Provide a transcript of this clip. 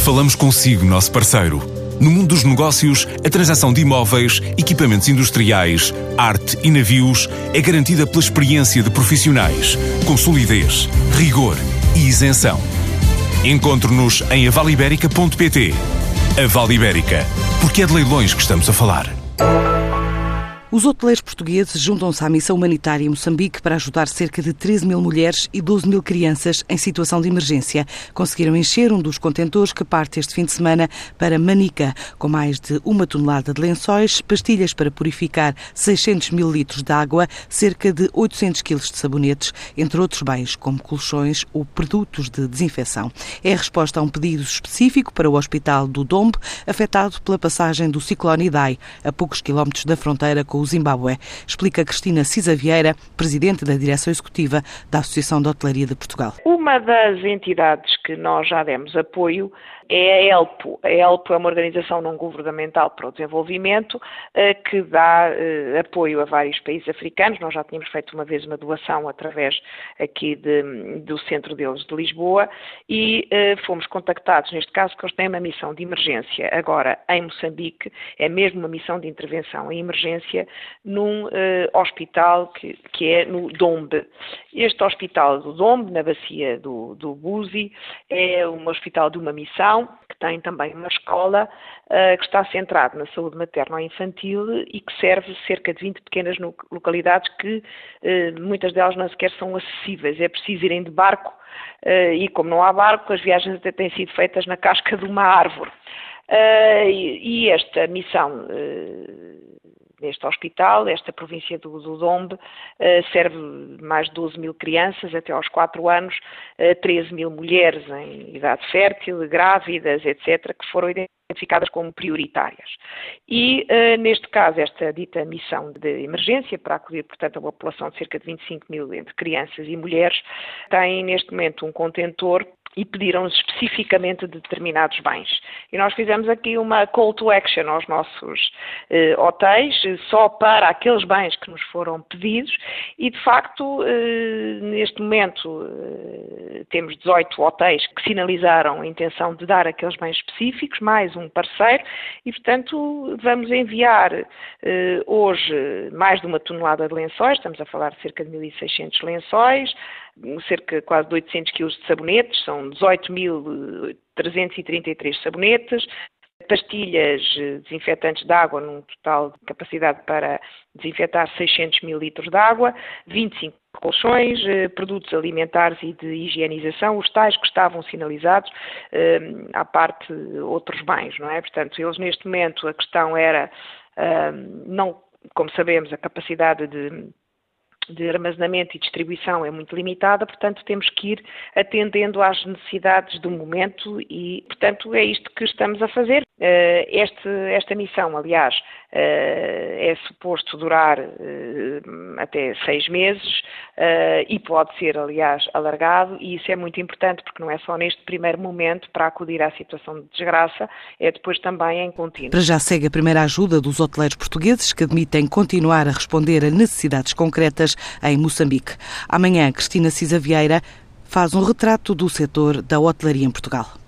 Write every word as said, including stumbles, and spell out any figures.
Falamos consigo, nosso parceiro. No mundo dos negócios, a transação de imóveis, equipamentos industriais, arte e navios é garantida pela experiência de profissionais, com solidez, rigor e isenção. Encontre-nos em avaliberica ponto pt. A Vale Ibérica, porque é de leilões que estamos a falar. Os hoteleiros portugueses juntam-se à missão humanitária em Moçambique para ajudar cerca de treze mil mulheres e doze mil crianças em situação de emergência. Conseguiram encher um dos contentores que parte este fim de semana para Manica, com mais de uma tonelada de lençóis, pastilhas para purificar seiscentos mil litros de água, cerca de oitocentos quilos de sabonetes, entre outros bens como colchões ou produtos de desinfecção. É a resposta a um pedido específico para o Hospital do Dombe, afetado pela passagem do ciclone Idai, a poucos quilómetros da fronteira com o Zimbábue, explica Cristina Cisa Vieira, presidente da direção executiva da Associação de Hotelaria de Portugal. Uma das entidades que nós já demos apoio é a ELPO. A ELPO é uma organização não governamental para o desenvolvimento que dá apoio a vários países africanos. Nós já tínhamos feito uma vez uma doação através aqui de, do centro deles de Lisboa e fomos contactados, neste caso, porque eles têm uma missão de emergência. Agora, em Moçambique, é mesmo uma missão de intervenção em emergência num hospital que, que é no Dombe. Este hospital do Dombe, na bacia do, do Buzi, é um hospital de uma missão que tem também uma escola uh, que está centrada na saúde materno-infantil e que serve cerca de vinte pequenas localidades que uh, muitas delas não sequer são acessíveis. É preciso irem de barco uh, e, como não há barco, as viagens até têm sido feitas na casca de uma árvore. Uh, e, e esta missão uh, neste hospital, esta província do, do Dombe, uh, serve mais de doze mil crianças até aos quatro anos, uh, treze mil mulheres em idade fértil, grávidas, etcétera, que foram identificadas como prioritárias. E, uh, neste caso, esta dita missão de emergência, para acudir, portanto, a uma população de cerca de vinte e cinco mil entre crianças e mulheres, tem neste momento um contentor e pediram especificamente de determinados bens. E nós fizemos aqui uma call to action aos nossos eh, hotéis, só para aqueles bens que nos foram pedidos, e de facto, eh, neste momento, eh, temos dezoito hotéis que sinalizaram a intenção de dar aqueles bens específicos, mais um parceiro, e portanto vamos enviar eh, hoje mais de uma tonelada de lençóis, estamos a falar de cerca de mil e seiscentos lençóis, cerca de quase de oitocentos quilos de sabonetes, são dezoito mil trezentos e trinta e três sabonetes, pastilhas desinfetantes de água, num total de capacidade para desinfetar seiscentos mil litros de água, vinte e cinco colchões, produtos alimentares e de higienização, os tais que estavam sinalizados, à parte outros bens, não é? Portanto, eles neste momento, a questão era, não, como sabemos, a capacidade de de armazenamento e distribuição é muito limitada, portanto temos que ir atendendo às necessidades do momento e, portanto, é isto que estamos a fazer. Este, esta missão, aliás, é suposto durar até seis meses e pode ser, aliás, alargado, e isso é muito importante porque não é só neste primeiro momento para acudir à situação de desgraça, é depois também em contínuo. Para já segue a primeira ajuda dos hoteleiros portugueses que admitem continuar a responder a necessidades concretas em Moçambique. Amanhã, Cristina Cisa Vieira faz um retrato do setor da hotelaria em Portugal.